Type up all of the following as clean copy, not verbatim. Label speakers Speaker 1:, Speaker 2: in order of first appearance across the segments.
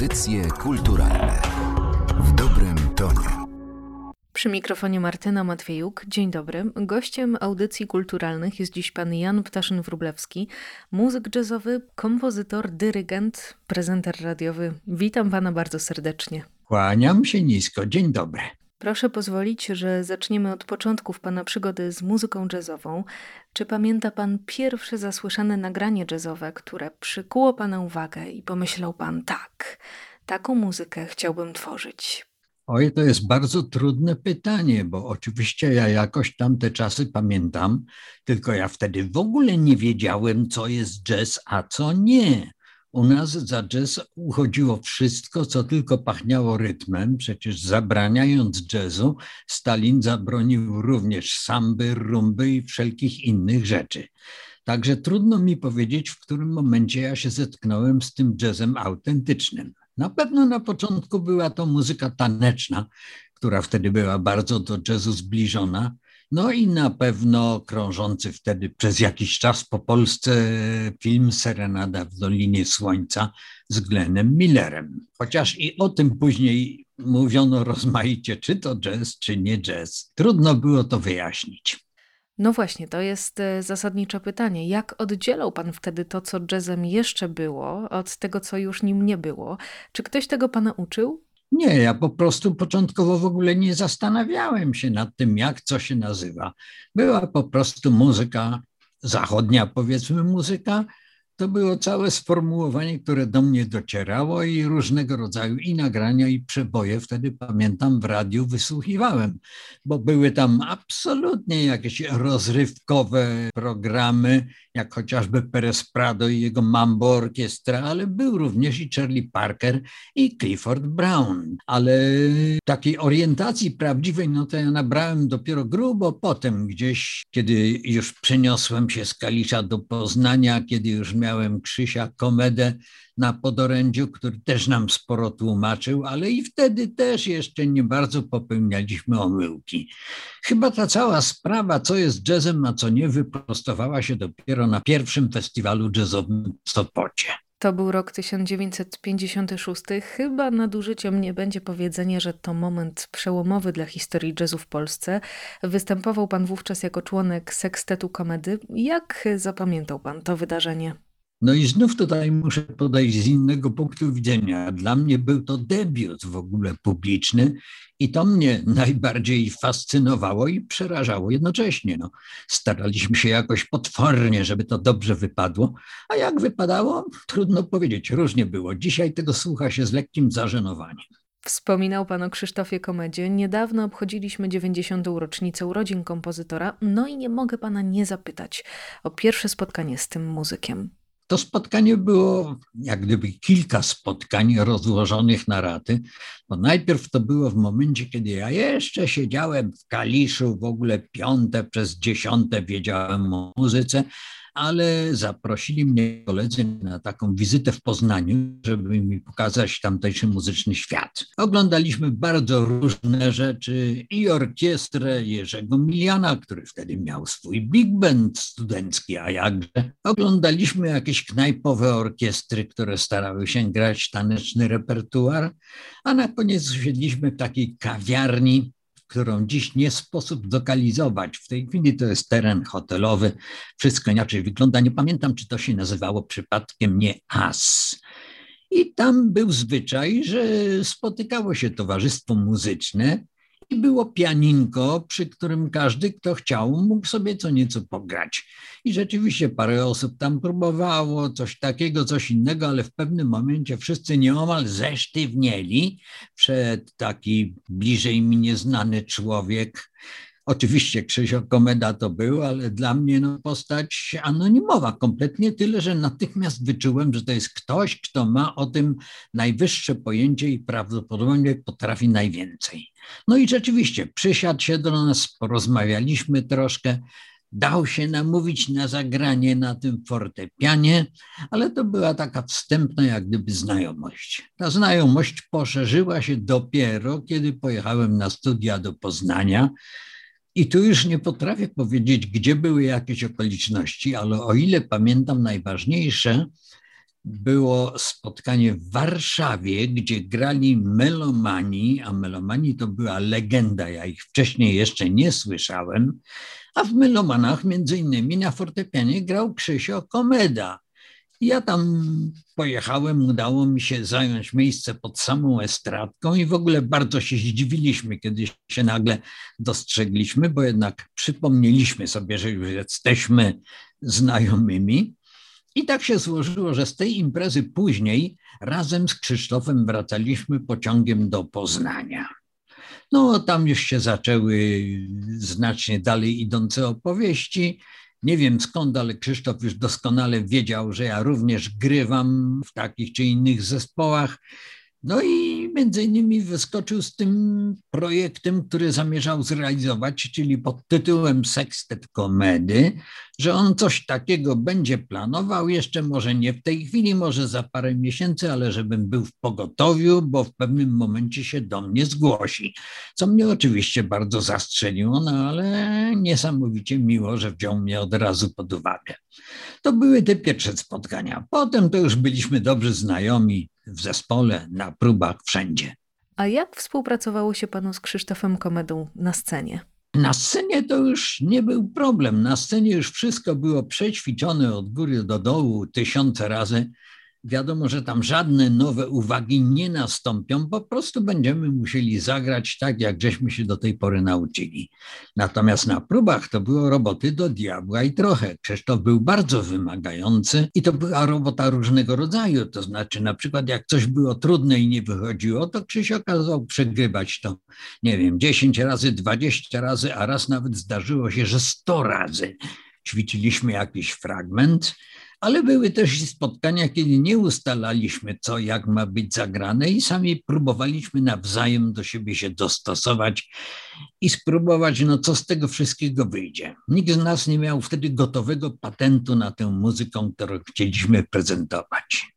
Speaker 1: Audycje kulturalne w dobrym tonie.
Speaker 2: Przy mikrofonie Martyna Matwiejuk. Dzień dobry. Gościem audycji kulturalnych jest dziś pan Jan Ptaszyn-Wróblewski, muzyk jazzowy, kompozytor, dyrygent, prezenter radiowy. Witam pana bardzo serdecznie.
Speaker 3: Kłaniam się nisko. Dzień dobry.
Speaker 2: Proszę pozwolić, że zaczniemy od początków pana przygody z muzyką jazzową. Czy pamięta pan pierwsze zasłyszane nagranie jazzowe, które przykuło pana uwagę i pomyślał pan, tak, taką muzykę chciałbym tworzyć?
Speaker 3: Oj, to jest bardzo trudne pytanie, bo oczywiście ja jakoś tam te czasy pamiętam, tylko ja wtedy w ogóle nie wiedziałem, co jest jazz, a co nie. U nas za jazz uchodziło wszystko, co tylko pachniało rytmem. Przecież zabraniając jazzu, Stalin zabronił również samby, rumby i wszelkich innych rzeczy. Także trudno mi powiedzieć, w którym momencie ja się zetknąłem z tym jazzem autentycznym. Na pewno na początku była to muzyka taneczna, która wtedy była bardzo do jazzu zbliżona. No i na pewno krążący wtedy przez jakiś czas po Polsce film Serenada w Dolinie Słońca z Glennem Millerem. Chociaż i o tym później mówiono rozmaicie, czy to jazz, czy nie jazz. Trudno było to wyjaśnić.
Speaker 2: No właśnie, to jest zasadnicze pytanie. Jak oddzielał pan wtedy to, co jazzem jeszcze było, od tego, co już nim nie było? Czy ktoś tego pana uczył?
Speaker 3: Nie, ja po prostu początkowo w ogóle nie zastanawiałem się nad tym, jak co się nazywa. Była po prostu muzyka zachodnia, powiedzmy muzyka. To było całe sformułowanie, które do mnie docierało i różnego rodzaju i nagrania, i przeboje wtedy pamiętam w radiu wysłuchiwałem, bo były tam absolutnie jakieś rozrywkowe programy, jak chociażby Perez Prado i jego Mambo Orkiestra, ale był również i Charlie Parker i Clifford Brown. Ale takiej orientacji prawdziwej, no to ja nabrałem dopiero grubo potem gdzieś, kiedy już przeniosłem się z Kalisza do Poznania, kiedy już miałem Krzysia Komedę na podorędziu, który też nam sporo tłumaczył, ale i wtedy też jeszcze nie bardzo popełnialiśmy omyłki. Chyba ta cała sprawa, co jest jazzem, a co nie, wyprostowała się dopiero na pierwszym festiwalu jazzowym w Sopocie.
Speaker 2: To był rok 1956. Chyba nadużyciem nie będzie powiedzenie, że to moment przełomowy dla historii jazzu w Polsce. Występował pan wówczas jako członek sekstetu Komedy. Jak zapamiętał pan to wydarzenie?
Speaker 3: No i znów tutaj muszę podejść z innego punktu widzenia. Dla mnie był to debiut w ogóle publiczny i to mnie najbardziej fascynowało i przerażało jednocześnie. No, staraliśmy się jakoś potwornie, żeby to dobrze wypadło, a jak wypadało, trudno powiedzieć, różnie było. Dzisiaj tego słucha się z lekkim zażenowaniem.
Speaker 2: Wspominał pan o Krzysztofie Komedzie. Niedawno obchodziliśmy 90. rocznicę urodzin kompozytora, no i nie mogę pana nie zapytać o pierwsze spotkanie z tym muzykiem.
Speaker 3: To spotkanie było jak gdyby kilka spotkań rozłożonych na raty, bo najpierw to było w momencie, kiedy ja jeszcze siedziałem w Kaliszu, w ogóle piąte przez dziesiąte wiedziałem o muzyce, ale zaprosili mnie koledzy na taką wizytę w Poznaniu, żeby mi pokazać tamtejszy muzyczny świat. Oglądaliśmy bardzo różne rzeczy i orkiestrę Jerzego Miliana, który wtedy miał swój big band studencki, a jakże. Oglądaliśmy jakieś knajpowe orkiestry, które starały się grać taneczny repertuar, a na koniec usiedliśmy w takiej kawiarni, którą dziś nie sposób zlokalizować. W tej chwili to jest teren hotelowy, wszystko inaczej wygląda. Nie pamiętam, czy to się nazywało przypadkiem nie As. I tam był zwyczaj, że spotykało się towarzystwo muzyczne i było pianinko, przy którym każdy, kto chciał, mógł sobie co nieco pograć. I rzeczywiście parę osób tam próbowało coś takiego, coś innego, ale w pewnym momencie wszyscy nieomal zesztywnieli przed taki bliżej mi nieznany człowiek. Oczywiście Krzysio Komeda to był, ale dla mnie postać anonimowa kompletnie, tyle że natychmiast wyczułem, że to jest ktoś, kto ma o tym najwyższe pojęcie i prawdopodobnie potrafi najwięcej. No i rzeczywiście przysiadł się do nas, porozmawialiśmy troszkę, dał się namówić na zagranie na tym fortepianie, ale to była taka wstępna jak gdyby znajomość. Ta znajomość poszerzyła się dopiero, kiedy pojechałem na studia do Poznania. I tu już nie potrafię powiedzieć, gdzie były jakieś okoliczności, ale o ile pamiętam najważniejsze, było spotkanie w Warszawie, gdzie grali Melomani, a Melomani to była legenda, ja ich wcześniej jeszcze nie słyszałem, a w Melomanach między innymi na fortepianie grał Krzysio Komeda. Ja tam pojechałem, udało mi się zająć miejsce pod samą estradką i w ogóle bardzo się zdziwiliśmy, kiedy się nagle dostrzegliśmy, bo jednak przypomnieliśmy sobie, że już jesteśmy znajomymi. I tak się złożyło, że z tej imprezy później razem z Krzysztofem wracaliśmy pociągiem do Poznania. No, tam już się zaczęły znacznie dalej idące opowieści. Nie wiem skąd, ale Krzysztof już doskonale wiedział, że ja również grywam w takich czy innych zespołach. No i między innymi wyskoczył z tym projektem, który zamierzał zrealizować, czyli pod tytułem Sextet Komedy, że on coś takiego będzie planował, jeszcze może nie w tej chwili, może za parę miesięcy, ale żebym był w pogotowiu, bo w pewnym momencie się do mnie zgłosi. Co mnie oczywiście bardzo zastrzeliło, no ale niesamowicie miło, że wziął mnie od razu pod uwagę. To były te pierwsze spotkania. Potem to już byliśmy dobrzy znajomi w zespole, na próbach, wszędzie.
Speaker 2: A jak współpracowało się panu z Krzysztofem Komedą na scenie?
Speaker 3: Na scenie to już nie był problem. Na scenie już wszystko było przećwiczone od góry do dołu tysiące razy. Wiadomo, że tam żadne nowe uwagi nie nastąpią, po prostu będziemy musieli zagrać tak, jak żeśmy się do tej pory nauczyli. Natomiast na próbach to było roboty do diabła i trochę. Krzysztof był bardzo wymagający i to była robota różnego rodzaju. To znaczy na przykład jak coś było trudne i nie wychodziło, to Krzysio kazał przegrywać to, nie wiem, 10 razy, 20 razy, a raz nawet zdarzyło się, że 100 razy. Ćwiczyliśmy jakiś fragment, ale były też i spotkania, kiedy nie ustalaliśmy, co jak ma być zagrane i sami próbowaliśmy nawzajem do siebie się dostosować i spróbować, no co z tego wszystkiego wyjdzie. Nikt z nas nie miał wtedy gotowego patentu na tę muzykę, którą chcieliśmy prezentować.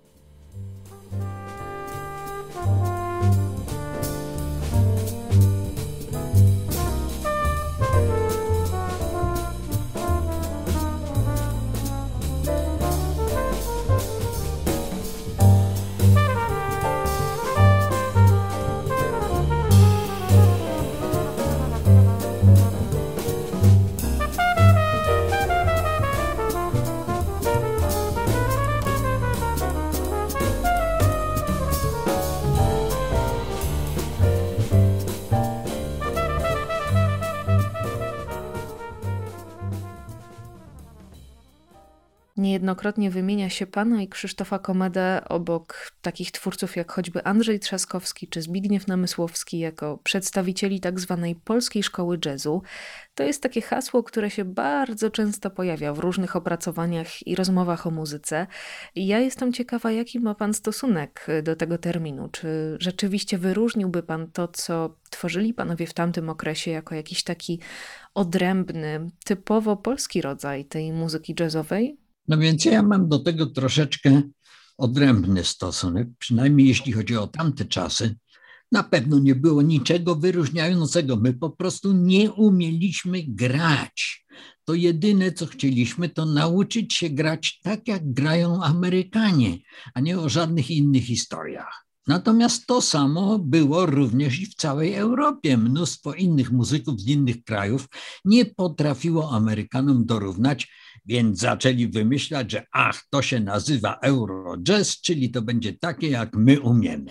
Speaker 2: Niejednokrotnie wymienia się pana i Krzysztofa Komedę obok takich twórców jak choćby Andrzej Trzaskowski czy Zbigniew Namysłowski jako przedstawicieli tak zwanej polskiej szkoły jazzu. To jest takie hasło, które się bardzo często pojawia w różnych opracowaniach i rozmowach o muzyce. I ja jestem ciekawa, jaki ma pan stosunek do tego terminu. Czy rzeczywiście wyróżniłby pan to, co tworzyli panowie w tamtym okresie jako jakiś taki odrębny, typowo polski rodzaj tej muzyki jazzowej?
Speaker 3: No więc ja mam do tego troszeczkę odrębny stosunek, przynajmniej jeśli chodzi o tamte czasy. Na pewno nie było niczego wyróżniającego. My po prostu nie umieliśmy grać. To jedyne, co chcieliśmy, to nauczyć się grać tak, jak grają Amerykanie, a nie o żadnych innych historiach. Natomiast to samo było również i w całej Europie. Mnóstwo innych muzyków z innych krajów nie potrafiło Amerykanom dorównać, więc zaczęli wymyślać, że to się nazywa Eurojazz, czyli to będzie takie, jak my umiemy.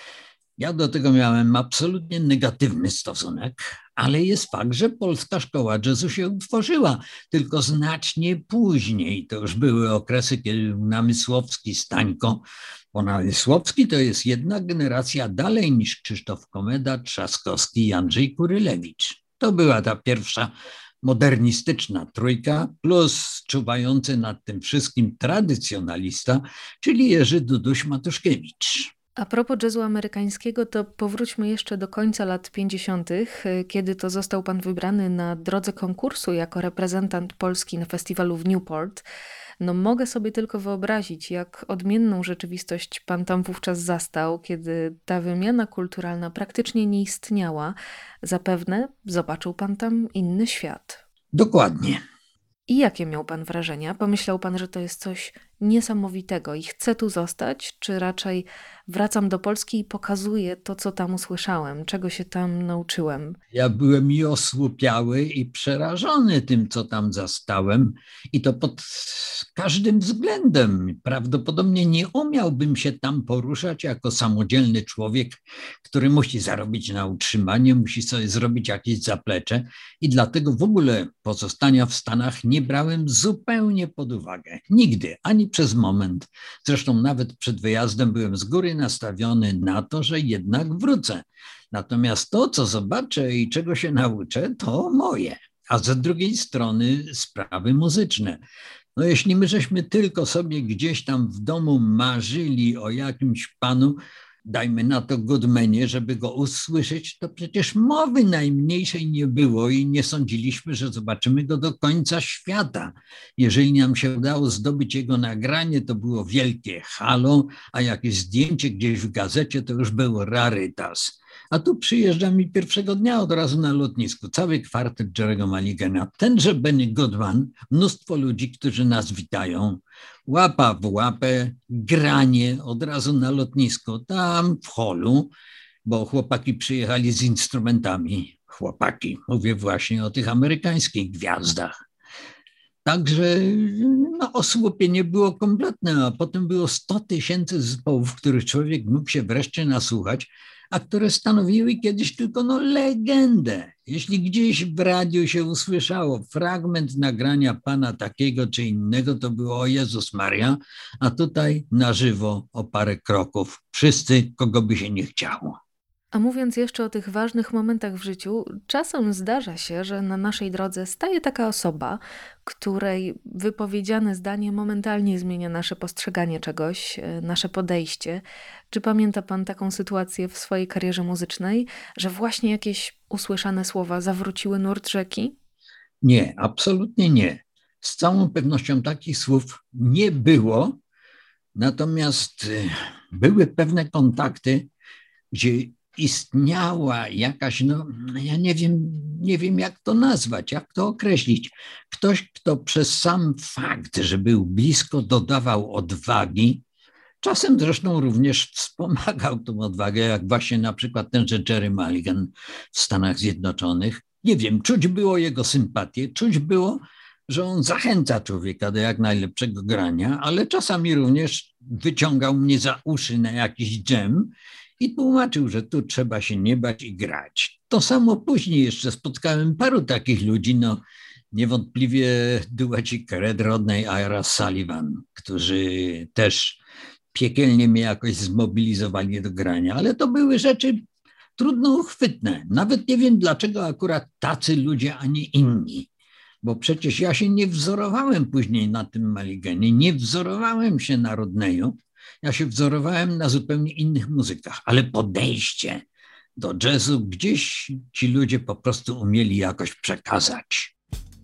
Speaker 3: Ja do tego miałem absolutnie negatywny stosunek, ale jest fakt, że polska szkoła jazzu się utworzyła, tylko znacznie później. To już były okresy, kiedy Namysłowski, Stańko, bo Namysłowski to jest jedna generacja dalej niż Krzysztof Komeda, Trzaskowski i Andrzej Kurylewicz. To była ta pierwsza modernistyczna trójka, plus czuwający nad tym wszystkim tradycjonalista, czyli Jerzy Duduś-Matuszkiewicz.
Speaker 2: A propos jazzu amerykańskiego, to powróćmy jeszcze do końca lat 50., kiedy to został pan wybrany na drodze konkursu jako reprezentant Polski na festiwalu w Newport. No mogę sobie tylko wyobrazić, jak odmienną rzeczywistość pan tam wówczas zastał, kiedy ta wymiana kulturalna praktycznie nie istniała. Zapewne zobaczył pan tam inny świat.
Speaker 3: Dokładnie.
Speaker 2: I jakie miał pan wrażenia? Pomyślał pan, że to jest coś niesamowitego i chcę tu zostać, czy raczej wracam do Polski i pokazuję to, co tam usłyszałem, czego się tam nauczyłem?
Speaker 3: Ja byłem i osłupiały, i przerażony tym, co tam zastałem, i to pod każdym względem. Prawdopodobnie nie umiałbym się tam poruszać jako samodzielny człowiek, który musi zarobić na utrzymanie, musi sobie zrobić jakieś zaplecze, i dlatego w ogóle pozostania w Stanach nie brałem zupełnie pod uwagę. Nigdy, ani przez moment. Zresztą nawet przed wyjazdem byłem z góry nastawiony na to, że jednak wrócę. Natomiast to, co zobaczę i czego się nauczę, to moje. A z drugiej strony sprawy muzyczne. No jeśli my żeśmy tylko sobie gdzieś tam w domu marzyli o jakimś panu, dajmy na to Goodmanie, żeby go usłyszeć, to przecież mowy najmniejszej nie było i nie sądziliśmy, że zobaczymy go do końca świata. Jeżeli nam się udało zdobyć jego nagranie, to było wielkie halo, a jakieś zdjęcie gdzieś w gazecie to już był rarytas. A tu przyjeżdża mi pierwszego dnia od razu na lotnisku cały kwartet Jerry'ego Mulligana, tenże Benny Goodman, mnóstwo ludzi, którzy nas witają, łapa w łapę, granie od razu na lotnisku, tam w holu, bo chłopaki przyjechali z instrumentami. Chłopaki, mówię właśnie o tych amerykańskich gwiazdach. Także osłupienie było kompletne, a potem było 100 000 zespołów, których człowiek mógł się wreszcie nasłuchać, a które stanowiły kiedyś tylko legendę. Jeśli gdzieś w radiu się usłyszało fragment nagrania pana takiego czy innego, to było o Jezus Maria, a tutaj na żywo o parę kroków. Wszyscy, kogo by się nie chciało.
Speaker 2: A mówiąc jeszcze o tych ważnych momentach w życiu, czasem zdarza się, że na naszej drodze staje taka osoba, której wypowiedziane zdanie momentalnie zmienia nasze postrzeganie czegoś, nasze podejście. Czy pamięta pan taką sytuację w swojej karierze muzycznej, że właśnie jakieś usłyszane słowa zawróciły nurt rzeki?
Speaker 3: Nie, absolutnie nie. Z całą pewnością takich słów nie było, natomiast były pewne kontakty, gdzie istniała jakaś, ja nie wiem jak to nazwać, jak to określić. Ktoś, kto przez sam fakt, że był blisko, dodawał odwagi, czasem zresztą również wspomagał tą odwagę, jak właśnie na przykład tenże Jerry Mulligan w Stanach Zjednoczonych. Nie wiem, czuć było jego sympatię, czuć było, że on zachęca człowieka do jak najlepszego grania, ale czasami również wyciągał mnie za uszy na jakiś dżem i tłumaczył, że tu trzeba się nie bać i grać. To samo później jeszcze spotkałem paru takich ludzi, niewątpliwie duecik Red Rodney, Ira Sullivan, którzy też piekielnie mnie jakoś zmobilizowali do grania, ale to były rzeczy trudno uchwytne. Nawet nie wiem, dlaczego akurat tacy ludzie, a nie inni. Bo przecież ja się nie wzorowałem później na tym Mulliganie, nie wzorowałem się na Rodneyu, ja się wzorowałem na zupełnie innych muzykach, ale podejście do jazzu gdzieś ci ludzie po prostu umieli jakoś przekazać.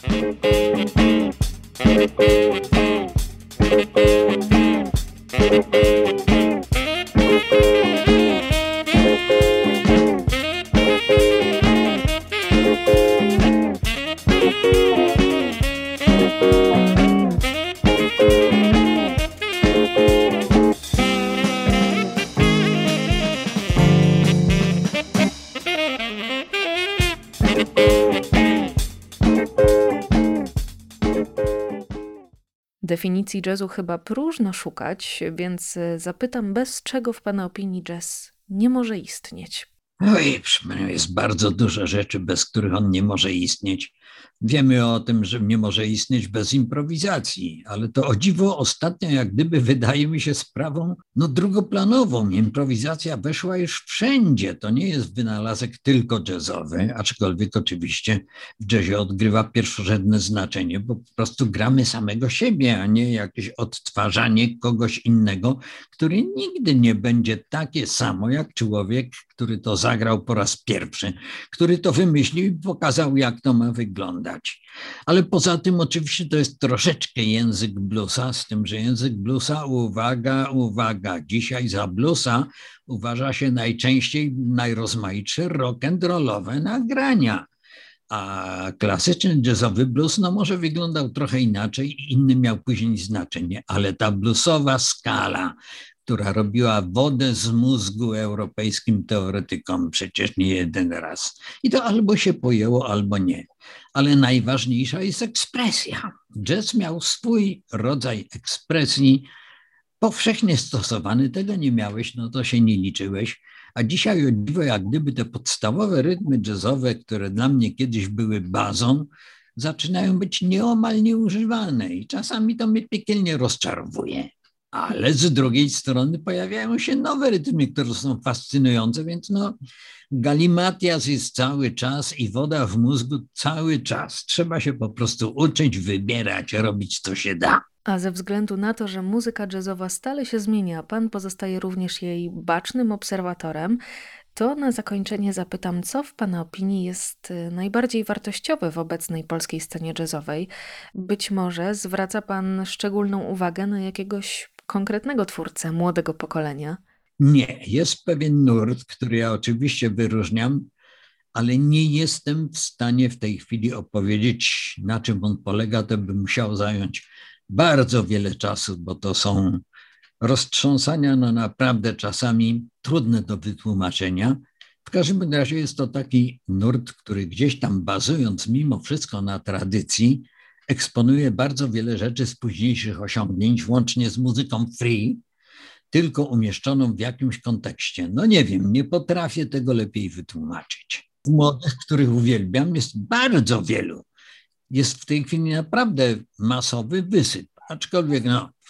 Speaker 2: Definicji jazzu chyba próżno szukać, więc zapytam, bez czego w pana opinii jazz nie może istnieć?
Speaker 3: Oj, jest bardzo dużo rzeczy, bez których on nie może istnieć. Wiemy o tym, że nie może istnieć bez improwizacji, ale to o dziwo ostatnio jak gdyby wydaje mi się sprawą drugoplanową. Improwizacja weszła już wszędzie. To nie jest wynalazek tylko jazzowy, aczkolwiek oczywiście w jazzie odgrywa pierwszorzędne znaczenie, bo po prostu gramy samego siebie, a nie jakieś odtwarzanie kogoś innego, który nigdy nie będzie takie samo jak człowiek, który to zagrał po raz pierwszy, który to wymyślił i pokazał, jak to ma wyglądać. Ale poza tym oczywiście to jest troszeczkę język bluesa, z tym, że język bluesa, uwaga, dzisiaj za bluesa uważa się najczęściej najrozmaitsze rock'n'rollowe nagrania. A klasyczny jazzowy blues może wyglądał trochę inaczej i inny miał później znaczenie, ale ta bluesowa skala, która robiła wodę z mózgu europejskim teoretykom przecież nie jeden raz. I to albo się pojęło, albo nie. Ale najważniejsza jest ekspresja. Jazz miał swój rodzaj ekspresji, powszechnie stosowany. Tego nie miałeś, to się nie liczyłeś. A dzisiaj o dziwo, jak gdyby te podstawowe rytmy jazzowe, które dla mnie kiedyś były bazą, zaczynają być nieomal nieużywane i czasami to mnie piekielnie rozczarowuje. Ale z drugiej strony pojawiają się nowe rytmy, które są fascynujące, więc galimatias jest cały czas i woda w mózgu cały czas. Trzeba się po prostu uczyć, wybierać, robić co się da.
Speaker 2: A ze względu na to, że muzyka jazzowa stale się zmienia, pan pozostaje również jej bacznym obserwatorem, to na zakończenie zapytam, co w pana opinii jest najbardziej wartościowe w obecnej polskiej scenie jazzowej? Być może zwraca pan szczególną uwagę na jakiegoś konkretnego twórcę młodego pokolenia?
Speaker 3: Nie, jest pewien nurt, który ja oczywiście wyróżniam, ale nie jestem w stanie w tej chwili opowiedzieć, na czym on polega. To bym musiał zająć bardzo wiele czasu, bo to są roztrząsania naprawdę czasami trudne do wytłumaczenia. W każdym razie jest to taki nurt, który gdzieś tam bazując mimo wszystko na tradycji, eksponuje bardzo wiele rzeczy z późniejszych osiągnięć, łącznie z muzyką free, tylko umieszczoną w jakimś kontekście. Nie wiem, nie potrafię tego lepiej wytłumaczyć. Młodych, których uwielbiam, jest bardzo wielu. Jest w tej chwili naprawdę masowy wysyp, aczkolwiek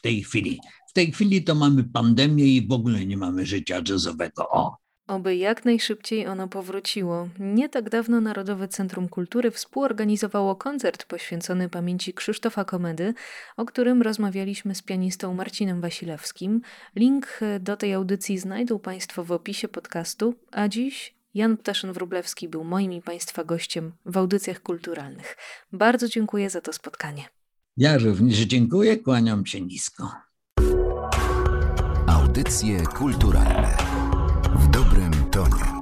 Speaker 3: w tej chwili to mamy pandemię i w ogóle nie mamy życia jazzowego.
Speaker 2: Oby jak najszybciej ono powróciło. Nie tak dawno Narodowe Centrum Kultury współorganizowało koncert poświęcony pamięci Krzysztofa Komedy, o którym rozmawialiśmy z pianistą Marcinem Wasilewskim. Link do tej audycji znajdą państwo w opisie podcastu, a dziś Jan Ptaszyn-Wróblewski był moim i państwa gościem w audycjach kulturalnych. Bardzo dziękuję za to spotkanie.
Speaker 3: Ja również dziękuję, kłaniam się nisko.
Speaker 1: Audycje kulturalne w dobrym tonie.